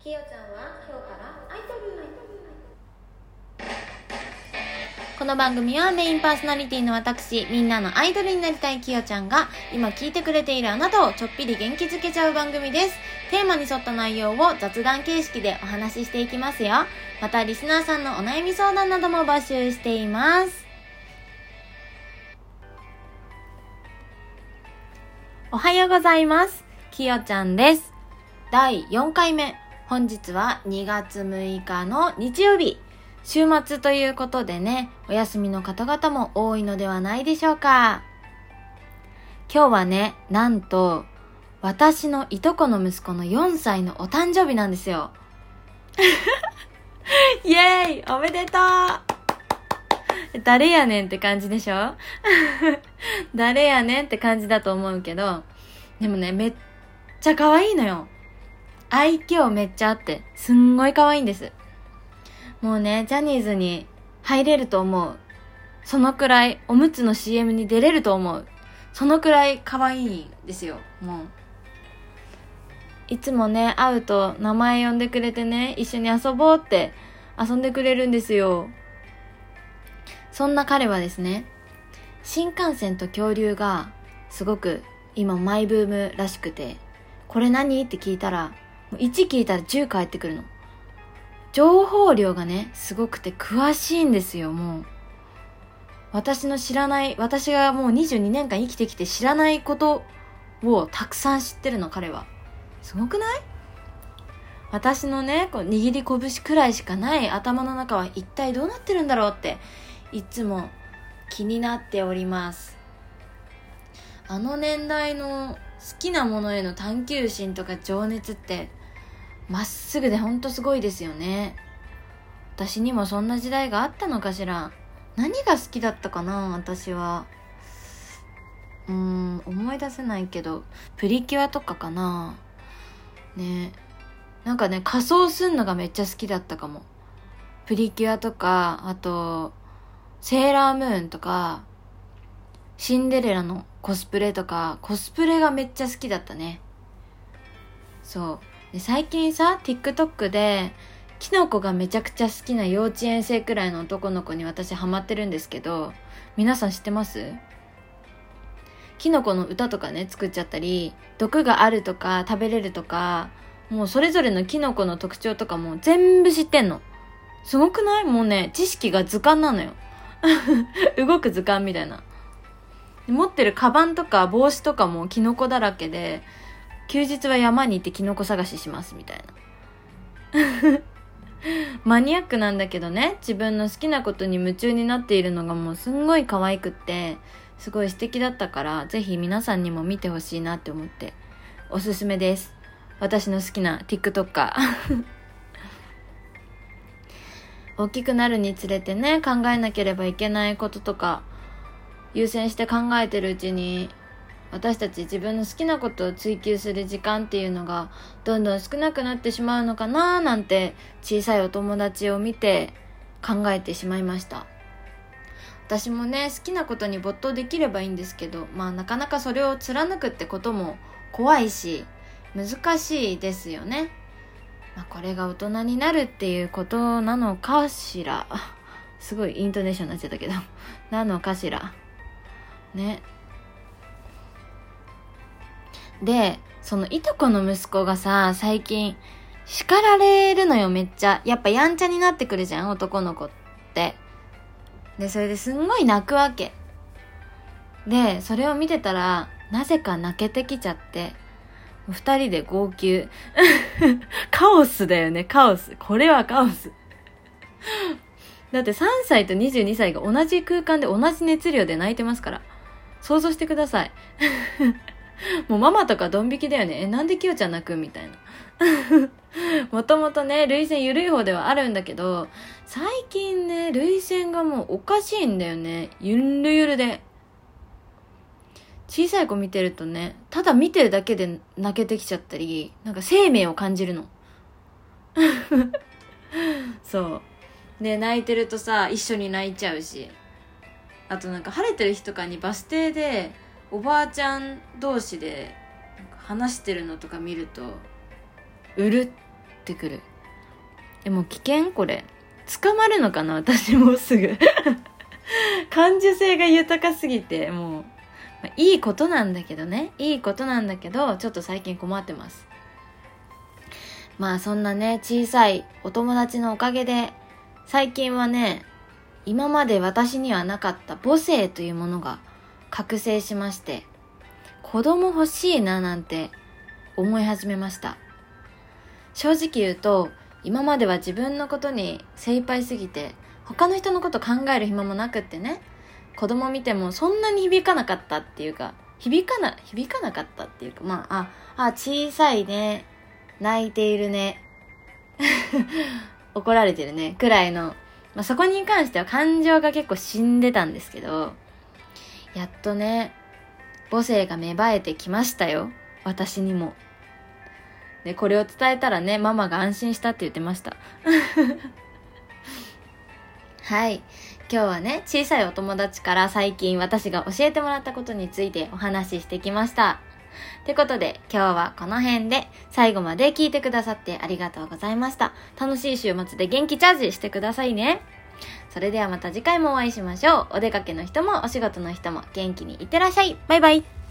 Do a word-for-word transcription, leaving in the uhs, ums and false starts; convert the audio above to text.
きよちゃんは今日からアイドル。この番組はメインパーソナリティの私、みんなのアイドルになりたいきよちゃんが今聞いてくれているあなたをちょっぴり元気づけちゃう番組です。テーマに沿った内容を雑談形式でお話ししていきますよ。またリスナーさんのお悩み相談なども募集しています。おはようございます。きよちゃんです。だいよんかいめ。本日はにがつむいかの日曜日。週末ということでね、お休みの方々も多いのではないでしょうか。今日はね、なんと私のいとこの息子のよんさいのお誕生日なんですよ。イエーイ、おめでとう。誰やねんって感じでしょ。誰やねんって感じだと思うけど、でもね、めっちゃ可愛いのよ。愛嬌めっちゃあってすんごい可愛いんです。もうね、ジャニーズに入れると思う。そのくらいおむつの シーエム に出れると思う。そのくらい可愛いんですよ。もういつもね、会うと名前呼んでくれてね、一緒に遊ぼうって遊んでくれるんですよ。そんな彼はですね、新幹線と恐竜がすごく今マイブームらしくて、これ何って聞いたらいち聞いたらじゅう返ってくるの。情報量がね、すごくて詳しいんですよ。もう私の知らない、私がもうにじゅうにねんかん生きてきて知らないことをたくさん知ってるの。彼はすごくない？私のね、こう握り拳くらいしかない頭の中は一体どうなってるんだろうっていつも気になっております。あの年代の好きなものへの探求心とか情熱ってまっすぐでほんとすごいですよね。私にもそんな時代があったのかしら。何が好きだったかな、私は。うーん、思い出せないけど、プリキュアとかかな。ね、なんかね、仮装すんのがめっちゃ好きだったかも。プリキュアとか、あとセーラームーンとか、シンデレラのコスプレとか、コスプレがめっちゃ好きだったね。そうで、最近さ TikTok でキノコがめちゃくちゃ好きな幼稚園生くらいの男の子に私ハマってるんですけど、皆さん知ってます？キノコの歌とかね作っちゃったり、毒があるとか食べれるとか、もうそれぞれのキノコの特徴とかも全部知ってんの。すごくない？もうね、知識が図鑑なのよ。動く図鑑みたいな。持ってるカバンとか帽子とかもキノコだらけで、休日は山に行ってキノコ探ししますみたいな。マニアックなんだけどね、自分の好きなことに夢中になっているのがもうすんごい可愛くって、すごい素敵だったから、ぜひ皆さんにも見てほしいなって思っておすすめです。私の好きな TikToker。 大きくなるにつれてね、考えなければいけないこととか優先して考えてるうちに、私たち自分の好きなことを追求する時間っていうのがどんどん少なくなってしまうのかななんて、小さいお友達を見て考えてしまいました。私もね、好きなことに没頭できればいいんですけど、まあなかなかそれを貫くってことも怖いし難しいですよね。まあ、これが大人になるっていうことなのかしら。すごいイントネーションになっちゃったけどなのかしらね。で、そのいとこの息子がさ、最近叱られるのよ、めっちゃ。やっぱやんちゃになってくるじゃん、男の子って。で、それですんごい泣くわけで、それを見てたらなぜか泣けてきちゃって、二人で号泣。カオスだよね、カオス。これはカオス。だってさんさいとにじゅうにさいが同じ空間で同じ熱量で泣いてますから、想像してください。もうママとかドン引きだよね。え、なんでキヨちゃん泣くみたいな。もともとね、涙腺緩い方ではあるんだけど、最近ね、涙腺がもうおかしいんだよね。ゆるゆるで。小さい子見てるとね、ただ見てるだけで泣けてきちゃったり、なんか生命を感じるの。そう。で、泣いてるとさ、一緒に泣いちゃうし。あとなんか晴れてる日とかにバス停でおばあちゃん同士で話してるのとか見るとうるっってくる。え、もう危険これ。捕まるのかな私もうすぐ。感受性が豊かすぎて、もう、まあ、いいことなんだけどね。いいことなんだけど、ちょっと最近困ってます。まあそんなね、小さいお友達のおかげで、最近はね、今まで私にはなかった母性というものが覚醒しまして、子供欲しいななんて思い始めました。正直言うと、今までは自分のことに精一杯すぎて、他の人のこと考える暇もなくってね、子供見てもそんなに響かなかったっていうか、響かな、響かなかったっていうか、まあ、あ、あ、小さいね、泣いているね、怒られてるね、くらいの、まあ、そこに関しては感情が結構死んでたんですけど、やっとね、母性が芽生えてきましたよ、私にも。で、これを伝えたらね、ママが安心したって言ってました。はい。今日はね、小さいお友達から最近私が教えてもらったことについてお話ししてきました。ってことで、今日はこの辺で最後まで聞いてくださってありがとうございました。楽しい週末で元気チャージしてくださいね。それではまた次回もお会いしましょう。お出かけの人もお仕事の人も元気にいってらっしゃい。バイバイ。